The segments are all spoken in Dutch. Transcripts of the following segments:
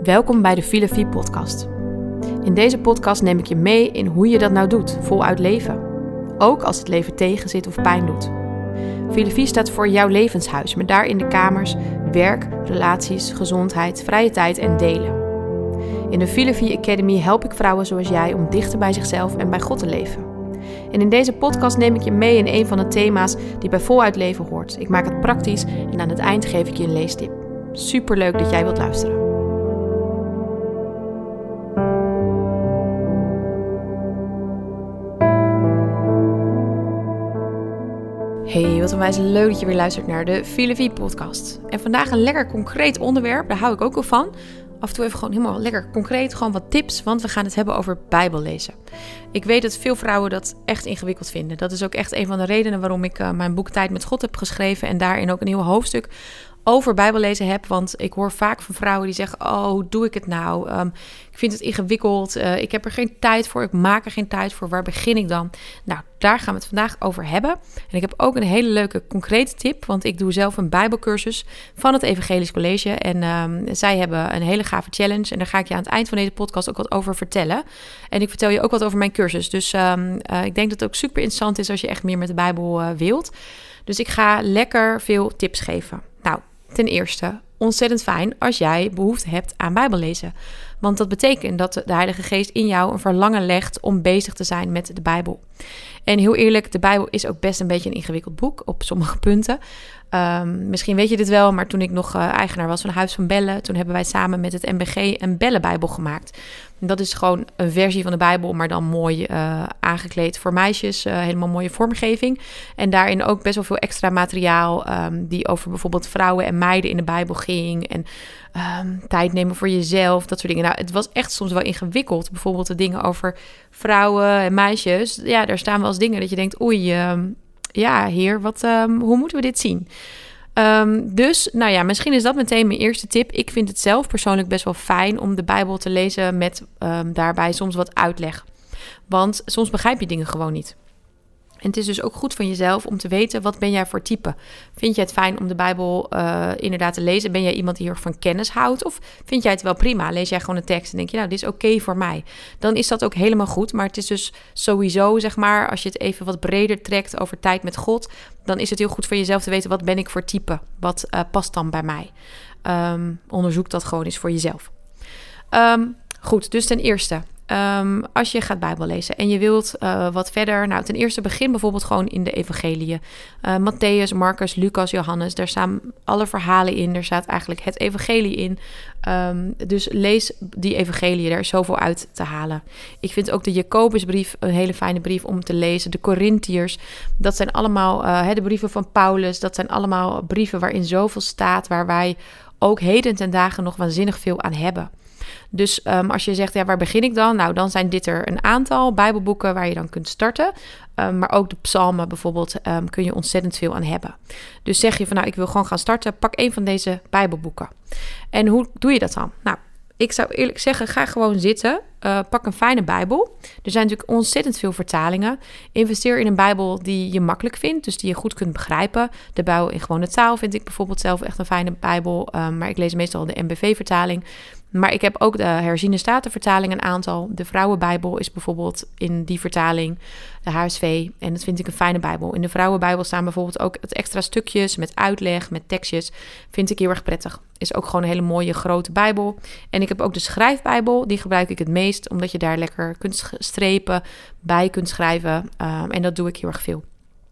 Welkom bij de Filosofie podcast. In deze podcast neem ik je mee in hoe je dat nou doet, voluit leven. Ook als het leven tegenzit of pijn doet. Filosofie staat voor jouw levenshuis, met daarin de kamers werk, relaties, gezondheid, vrije tijd en delen. In de Filosofie Academy help ik vrouwen zoals jij om dichter bij zichzelf en bij God te leven. En in deze podcast neem ik je mee in een van de thema's die bij voluit leven hoort. Ik maak het praktisch en aan het eind geef ik je een leestip. Superleuk dat jij wilt luisteren. Hey, wat onwijs leuk dat je weer luistert naar de Filosofie podcast. En vandaag een lekker concreet onderwerp, daar hou ik ook wel van. Af en toe even gewoon helemaal lekker concreet, gewoon wat tips, want we gaan het hebben over Bijbellezen. Ik weet dat veel vrouwen dat echt ingewikkeld vinden. Dat is ook echt een van de redenen waarom ik mijn boek Tijd met God heb geschreven en daarin ook een heel hoofdstuk over Bijbellezen heb. Want ik hoor vaak van vrouwen die zeggen, oh, hoe doe ik het nou? Ik vind het ingewikkeld, ik heb er geen tijd voor, ik maak er geen tijd voor. Waar begin ik dan? Nou, daar gaan we het vandaag over hebben. En ik heb ook een hele leuke concrete tip, want ik doe zelf een Bijbelcursus van het Evangelisch College. En zij hebben een hele gave challenge en daar ga ik je aan het eind van deze podcast ook wat over vertellen. En ik vertel je ook wat over mijn cursus. Dus ik denk dat het ook super interessant is als je echt meer met de Bijbel wilt. Dus ik ga lekker veel tips geven. Nou, ten eerste, ontzettend fijn als jij behoefte hebt aan Bijbellezen. Want dat betekent dat de Heilige Geest in jou een verlangen legt om bezig te zijn met de Bijbel. En heel eerlijk, de Bijbel is ook best een beetje een ingewikkeld boek op sommige punten. Misschien weet je dit wel, maar toen ik nog eigenaar was van Huis van Bellen, toen hebben wij samen met het MBG een Bellenbijbel gemaakt. Dat is gewoon een versie van de Bijbel, maar dan mooi aangekleed voor meisjes. Helemaal mooie vormgeving. En daarin ook best wel veel extra materiaal die over bijvoorbeeld vrouwen en meiden in de Bijbel ging. En tijd nemen voor jezelf, dat soort dingen. Nou, het was echt soms wel ingewikkeld. Bijvoorbeeld de dingen over vrouwen en meisjes. Ja, daar staan wel eens dingen dat je denkt, oei, ja, heer, hoe moeten we dit zien? Dus, nou ja, misschien is dat meteen mijn eerste tip. Ik vind het zelf persoonlijk best wel fijn om de Bijbel te lezen met daarbij soms wat uitleg. Want soms begrijp je dingen gewoon niet. En het is dus ook goed van jezelf om te weten, wat ben jij voor type? Vind jij het fijn om de Bijbel inderdaad te lezen? Ben jij iemand die heel erg van kennis houdt? Of vind jij het wel prima? Lees jij gewoon een tekst en denk je, nou, dit is oké voor mij. Dan is dat ook helemaal goed. Maar het is dus sowieso, zeg maar, als je het even wat breder trekt over tijd met God, dan is het heel goed voor jezelf te weten, wat ben ik voor type? Wat past dan bij mij? Onderzoek dat gewoon eens voor jezelf. Goed, dus ten eerste, als je gaat Bijbel lezen en je wilt wat verder. Nou, ten eerste begin bijvoorbeeld gewoon in de evangeliën. Mattheüs, Marcus, Lucas, Johannes. Daar staan alle verhalen in. Er staat eigenlijk het evangelie in. Dus lees die evangeliën. Daar is zoveel uit te halen. Ik vind ook de Jacobusbrief een hele fijne brief om te lezen. De Korintiërs. Dat zijn allemaal de brieven van Paulus. Dat zijn allemaal brieven waarin zoveel staat. Waar wij ook heden ten dagen nog waanzinnig veel aan hebben. Dus als je zegt, ja, waar begin ik dan? Nou, dan zijn dit er een aantal Bijbelboeken waar je dan kunt starten. Maar ook de psalmen bijvoorbeeld kun je ontzettend veel aan hebben. Dus zeg je van, nou, ik wil gewoon gaan starten. Pak een van deze Bijbelboeken. En hoe doe je dat dan? Nou, ik zou eerlijk zeggen, ga gewoon zitten. Pak een fijne Bijbel. Er zijn natuurlijk ontzettend veel vertalingen. Investeer in een Bijbel die je makkelijk vindt, dus die je goed kunt begrijpen. De Bijbel in gewone taal vind ik bijvoorbeeld zelf echt een fijne Bijbel. Maar ik lees meestal de NBV-vertaling. Maar ik heb ook de herziene statenvertaling een aantal. De Vrouwenbijbel is bijvoorbeeld in die vertaling, de HSV. En dat vind ik een fijne Bijbel. In de Vrouwenbijbel staan bijvoorbeeld ook het extra stukjes met uitleg, met tekstjes. Vind ik heel erg prettig. Is ook gewoon een hele mooie grote Bijbel. En ik heb ook de Schrijfbijbel. Die gebruik ik het meest, omdat je daar lekker kunt strepen, bij kunt schrijven. En dat doe ik heel erg veel.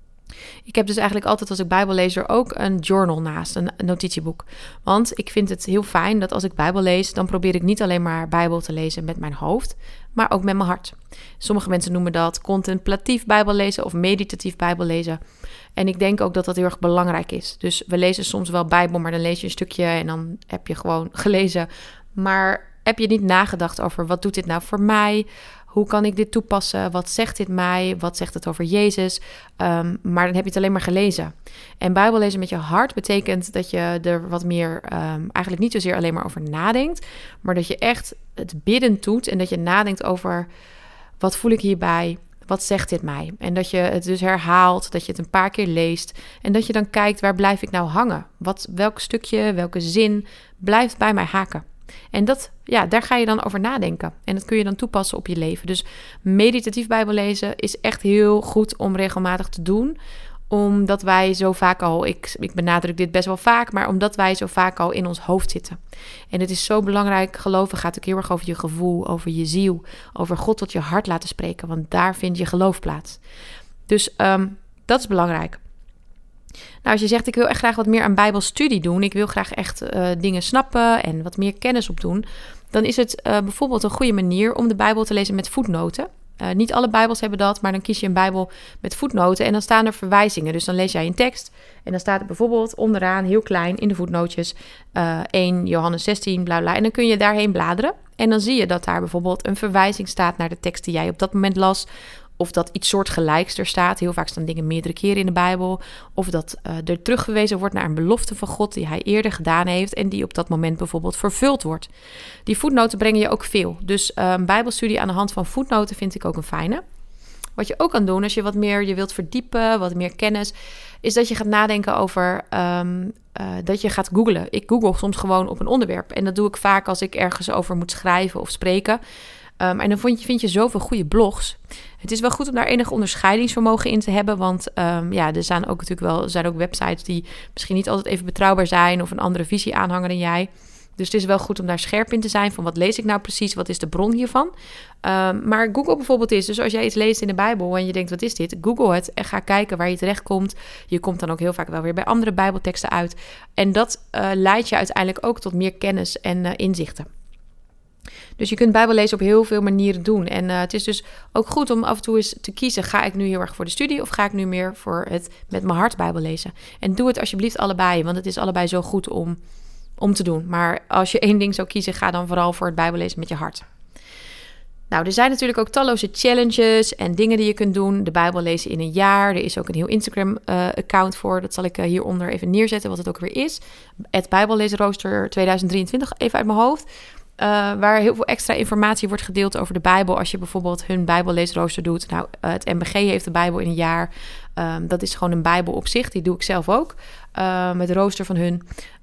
Ik heb dus eigenlijk altijd als ik Bijbel lees er ook een journal naast, een notitieboek. Want ik vind het heel fijn dat als ik Bijbel lees, dan probeer ik niet alleen maar Bijbel te lezen met mijn hoofd, maar ook met mijn hart. Sommige mensen noemen dat contemplatief Bijbel lezen of meditatief Bijbel lezen. En ik denk ook dat dat heel erg belangrijk is. Dus we lezen soms wel Bijbel, maar dan lees je een stukje en dan heb je gewoon gelezen. Maar heb je niet nagedacht over, wat doet dit nou voor mij? Hoe kan ik dit toepassen? Wat zegt dit mij? Wat zegt het over Jezus? Maar dan heb je het alleen maar gelezen. En Bijbel lezen met je hart betekent dat je er wat meer, eigenlijk niet zozeer alleen maar over nadenkt, maar dat je echt het bidden doet en dat je nadenkt over, wat voel ik hierbij? Wat zegt dit mij? En dat je het dus herhaalt, dat je het een paar keer leest en dat je dan kijkt, waar blijf ik nou hangen? Welk stukje, welke zin blijft bij mij haken? En daar ga je dan over nadenken. En dat kun je dan toepassen op je leven. Dus meditatief Bijbel lezen is echt heel goed om regelmatig te doen. Omdat wij zo vaak al, ik benadruk dit best wel vaak, maar omdat wij zo vaak al in ons hoofd zitten. En het is zo belangrijk, geloven gaat ook heel erg over je gevoel, over je ziel, over God tot je hart laten spreken, want daar vindt je geloof plaats. Dus dat is belangrijk. Nou, als je zegt, ik wil echt graag wat meer aan bijbelstudie doen, ik wil graag echt dingen snappen en wat meer kennis opdoen, dan is het bijvoorbeeld een goede manier om de Bijbel te lezen met voetnoten. Niet alle Bijbels hebben dat, maar dan kies je een Bijbel met voetnoten en dan staan er verwijzingen. Dus dan lees jij een tekst en dan staat er bijvoorbeeld onderaan heel klein in de voetnootjes 1 Johannes 16, bla bla. En dan kun je daarheen bladeren en dan zie je dat daar bijvoorbeeld een verwijzing staat naar de tekst die jij op dat moment las. Of dat iets soortgelijks er staat. Heel vaak staan dingen meerdere keren in de Bijbel. Of dat er teruggewezen wordt naar een belofte van God die hij eerder gedaan heeft en die op dat moment bijvoorbeeld vervuld wordt. Die voetnoten brengen je ook veel. Dus Bijbelstudie aan de hand van voetnoten vind ik ook een fijne. Wat je ook kan doen als je wat meer je wilt verdiepen, wat meer kennis, is dat je gaat nadenken over dat je gaat googlen. Ik google soms gewoon op een onderwerp. En dat doe ik vaak als ik ergens over moet schrijven of spreken. En dan vind je zoveel goede blogs. Het is wel goed om daar enig onderscheidingsvermogen in te hebben. Want er zijn ook websites die misschien niet altijd even betrouwbaar zijn of een andere visie aanhangen dan jij. Dus het is wel goed om daar scherp in te zijn van wat lees ik nou precies, wat is de bron hiervan. Maar Google bijvoorbeeld is, dus als jij iets leest in de Bijbel en je denkt wat is dit, Google het en ga kijken waar je terecht komt. Je komt dan ook heel vaak wel weer bij andere Bijbelteksten uit. En dat leidt je uiteindelijk ook tot meer kennis en inzichten. Dus je kunt Bijbel lezen op heel veel manieren doen. En het is dus ook goed om af en toe eens te kiezen. Ga ik nu heel erg voor de studie of ga ik nu meer voor het met mijn hart Bijbel lezen? En doe het alsjeblieft allebei, want het is allebei zo goed om te doen. Maar als je één ding zou kiezen, ga dan vooral voor het Bijbel lezen met je hart. Nou, er zijn natuurlijk ook talloze challenges en dingen die je kunt doen. De Bijbel lezen in een jaar. Er is ook een heel Instagram-account voor. Dat zal ik hieronder even neerzetten, wat het ook weer is. Het Bijbellezenrooster 2023, even uit mijn hoofd. Waar heel veel extra informatie wordt gedeeld over de Bijbel. Als je bijvoorbeeld hun Bijbelleesrooster doet. Nou, het MBG heeft de Bijbel in een jaar. Dat is gewoon een Bijbel op zich. Die doe ik zelf ook. Met rooster van hun.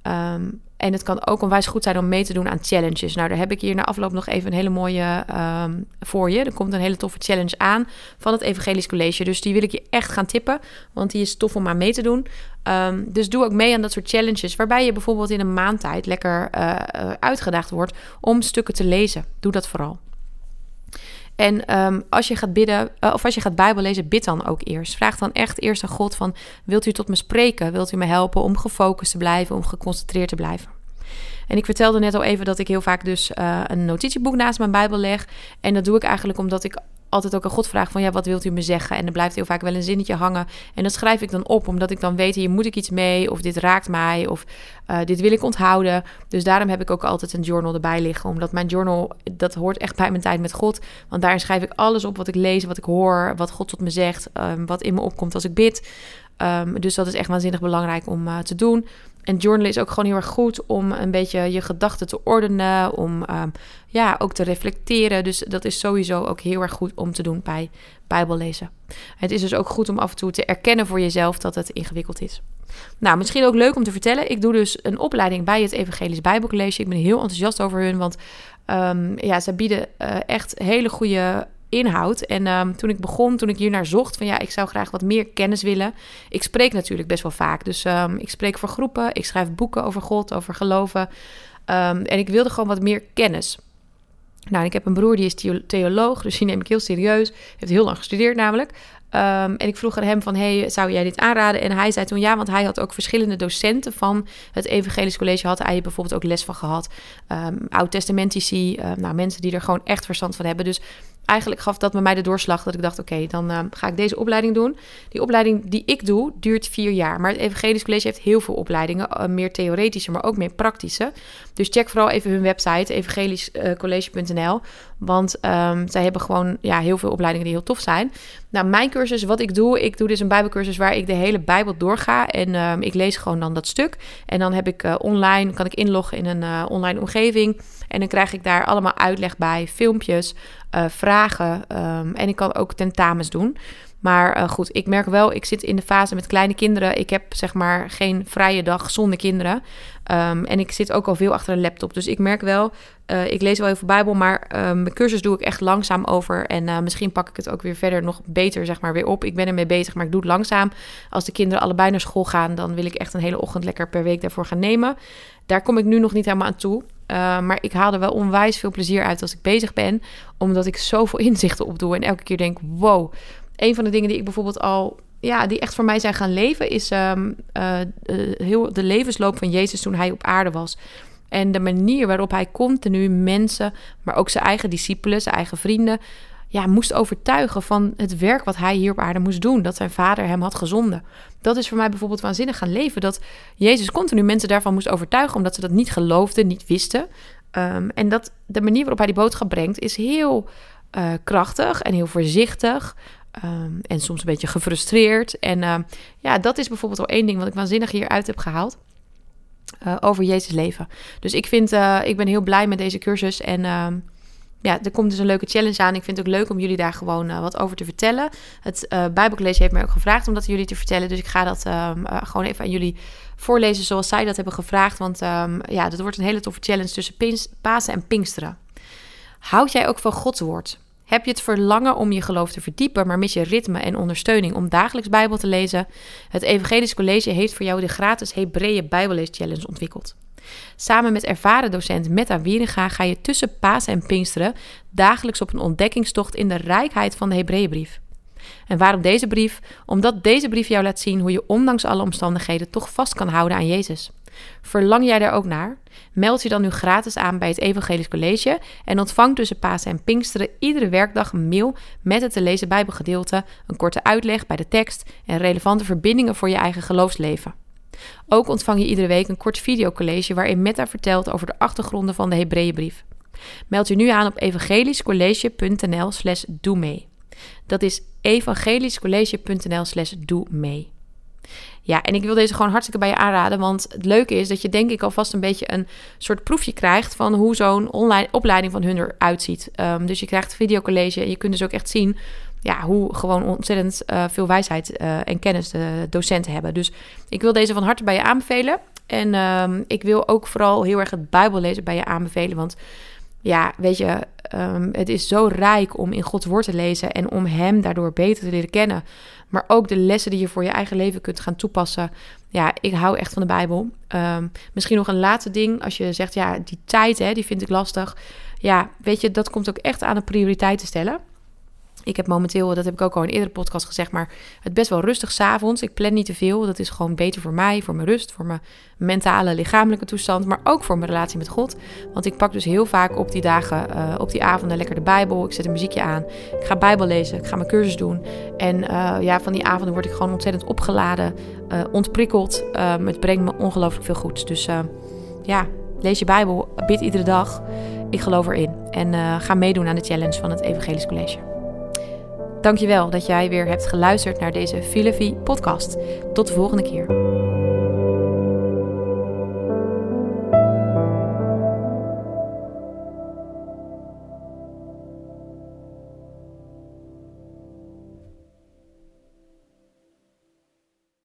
En het kan ook onwijs goed zijn om mee te doen aan challenges. Nou, daar heb ik hier na afloop nog even een hele mooie voor je. Er komt een hele toffe challenge aan van het Evangelisch College. Dus die wil ik je echt gaan tippen. Want die is tof om aan mee te doen. Dus doe ook mee aan dat soort challenges. Waarbij je bijvoorbeeld in een maand tijd lekker uitgedaagd wordt om stukken te lezen. Doe dat vooral. En als je gaat bidden, of als je gaat Bijbel lezen, bid dan ook eerst. Vraag dan echt eerst aan God van, wilt u tot me spreken? Wilt u me helpen om gefocust te blijven, om geconcentreerd te blijven? En ik vertelde net al even dat ik heel vaak dus een notitieboek naast mijn Bijbel leg. En dat doe ik eigenlijk omdat ik altijd ook aan God vraag van, ja, wat wilt u me zeggen? En er blijft heel vaak wel een zinnetje hangen. En dat schrijf ik dan op, omdat ik dan weet, hier moet ik iets mee, of dit raakt mij, of dit wil ik onthouden. Dus daarom heb ik ook altijd een journal erbij liggen. Omdat mijn journal, dat hoort echt bij mijn tijd met God. Want daarin schrijf ik alles op wat ik lees, wat ik hoor, wat God tot me zegt, wat in me opkomt als ik bid. Dus dat is echt waanzinnig belangrijk om te doen. En journalen is ook gewoon heel erg goed om een beetje je gedachten te ordenen, om ook te reflecteren. Dus dat is sowieso ook heel erg goed om te doen bij Bijbellezen. Het is dus ook goed om af en toe te erkennen voor jezelf dat het ingewikkeld is. Nou, misschien ook leuk om te vertellen. Ik doe dus een opleiding bij het Evangelisch Bijbelcollege. Ik ben heel enthousiast over hun, want ze bieden echt hele goede inhoud. En toen ik hiernaar zocht, van ik zou graag wat meer kennis willen. Ik spreek natuurlijk best wel vaak. Dus ik spreek voor groepen, ik schrijf boeken over God, over geloven. En ik wilde gewoon wat meer kennis. Nou, ik heb een broer, die is theoloog, dus die neem ik heel serieus. Heeft heel lang gestudeerd namelijk. En ik vroeg aan hem van, zou jij dit aanraden? En hij zei toen ja, want hij had ook verschillende docenten van het Evangelisch College. Had hij bijvoorbeeld ook les van gehad. Oud-testamentici, mensen die er gewoon echt verstand van hebben. Dus eigenlijk gaf dat bij mij de doorslag dat ik dacht, oké, dan ga ik deze opleiding doen. Die opleiding die ik doe, duurt 4 jaar. Maar het Evangelisch College heeft heel veel opleidingen. Meer theoretische, maar ook meer praktische. Dus check vooral even hun website, evangelischcollege.nl. Want zij hebben gewoon heel veel opleidingen die heel tof zijn. Nou, mijn cursus, wat ik doe dus een Bijbelcursus waar ik de hele Bijbel doorga. En ik lees gewoon dan dat stuk. En dan heb ik kan ik inloggen in een online omgeving. En dan krijg ik daar allemaal uitleg bij, filmpjes, vragen. En ik kan ook tentamens doen. Maar goed, ik merk wel, ik zit in de fase met kleine kinderen. Ik heb zeg maar geen vrije dag zonder kinderen. En ik zit ook al veel achter een laptop. Dus ik merk wel, ik lees wel even Bijbel, maar mijn cursus doe ik echt langzaam over. En misschien pak ik het ook weer verder nog beter zeg maar weer op. Ik ben ermee bezig, maar ik doe het langzaam. Als de kinderen allebei naar school gaan, dan wil ik echt een hele ochtend lekker per week daarvoor gaan nemen. Daar kom ik nu nog niet helemaal aan toe. Maar ik haal er wel onwijs veel plezier uit als ik bezig ben. Omdat ik zoveel inzichten opdoe en elke keer denk, wow. Een van de dingen die ik bijvoorbeeld al, die echt voor mij zijn gaan leven, is heel de levensloop van Jezus toen hij op aarde was. En de manier waarop hij continu mensen, maar ook zijn eigen discipelen, zijn eigen vrienden, moest overtuigen van het werk wat hij hier op aarde moest doen. Dat zijn vader hem had gezonden. Dat is voor mij bijvoorbeeld waanzinnig gaan leven. Dat Jezus continu mensen daarvan moest overtuigen, omdat ze dat niet geloofden, niet wisten. En dat de manier waarop hij die boodschap brengt is heel krachtig en heel voorzichtig. En soms een beetje gefrustreerd. En dat is bijvoorbeeld wel één ding wat ik waanzinnig hieruit heb gehaald. Over Jezus leven. Dus ik ben heel blij met deze cursus. En er komt dus een leuke challenge aan. Ik vind het ook leuk om jullie daar gewoon wat over te vertellen. Het Bijbelcollege heeft mij ook gevraagd om dat jullie te vertellen. Dus ik ga dat gewoon even aan jullie voorlezen zoals zij dat hebben gevraagd. Want dat wordt een hele toffe challenge tussen Pasen en Pinksteren. Houd jij ook van Gods woord? Heb je het verlangen om je geloof te verdiepen, maar mis je ritme en ondersteuning om dagelijks Bijbel te lezen? Het Evangelisch College heeft voor jou de gratis Hebreeën Bijbellees Challenge ontwikkeld. Samen met ervaren docent Metta Wieringa ga je tussen Pasen en Pinksteren dagelijks op een ontdekkingstocht in de rijkheid van de Hebreeënbrief. En waarom deze brief? Omdat deze brief jou laat zien hoe je ondanks alle omstandigheden toch vast kan houden aan Jezus. Verlang jij daar ook naar? Meld je dan nu gratis aan bij het Evangelisch College en ontvang tussen Pasen en Pinksteren iedere werkdag een mail met het te lezen Bijbelgedeelte, een korte uitleg bij de tekst en relevante verbindingen voor je eigen geloofsleven. Ook ontvang je iedere week een kort videocollege waarin Metta vertelt over de achtergronden van de Hebreeënbrief. Meld je nu aan op evangelischcollege.nl/doe-mee. Dat is evangelischcollege.nl/doe-mee. Ja, en ik wil deze gewoon hartstikke bij je aanraden, want het leuke is dat je denk ik alvast een beetje een soort proefje krijgt van hoe zo'n online opleiding van hun eruit ziet. Dus je krijgt een videocollege en je kunt dus ook echt zien hoe gewoon ontzettend veel wijsheid en kennis de docenten hebben. Dus ik wil deze van harte bij je aanbevelen. En ik wil ook vooral heel erg het Bijbellezen bij je aanbevelen, want weet je, het is zo rijk om in Gods woord te lezen en om hem daardoor beter te leren kennen. Maar ook de lessen die je voor je eigen leven kunt gaan toepassen. Ja, ik hou echt van de Bijbel. Misschien nog een laatste ding. Als je zegt, die tijd, die vind ik lastig. Ja, weet je, dat komt ook echt aan de prioriteit te stellen. Ik heb momenteel, dat heb ik ook al in een eerdere podcast gezegd, maar het best wel rustig 's avonds. Ik plan niet te veel. Dat is gewoon beter voor mij, voor mijn rust, voor mijn mentale, lichamelijke toestand, maar ook voor mijn relatie met God. Want ik pak dus heel vaak op die dagen, op die avonden lekker de Bijbel. Ik zet een muziekje aan. Ik ga Bijbel lezen. Ik ga mijn cursus doen. En van die avonden word ik gewoon ontzettend opgeladen, ontprikkeld. Het brengt me ongelooflijk veel goeds. Dus lees je Bijbel, bid iedere dag. Ik geloof erin. En ga meedoen aan de challenge van het Evangelisch College. Dankjewel dat jij weer hebt geluisterd naar deze Philosophie podcast. Tot de volgende keer.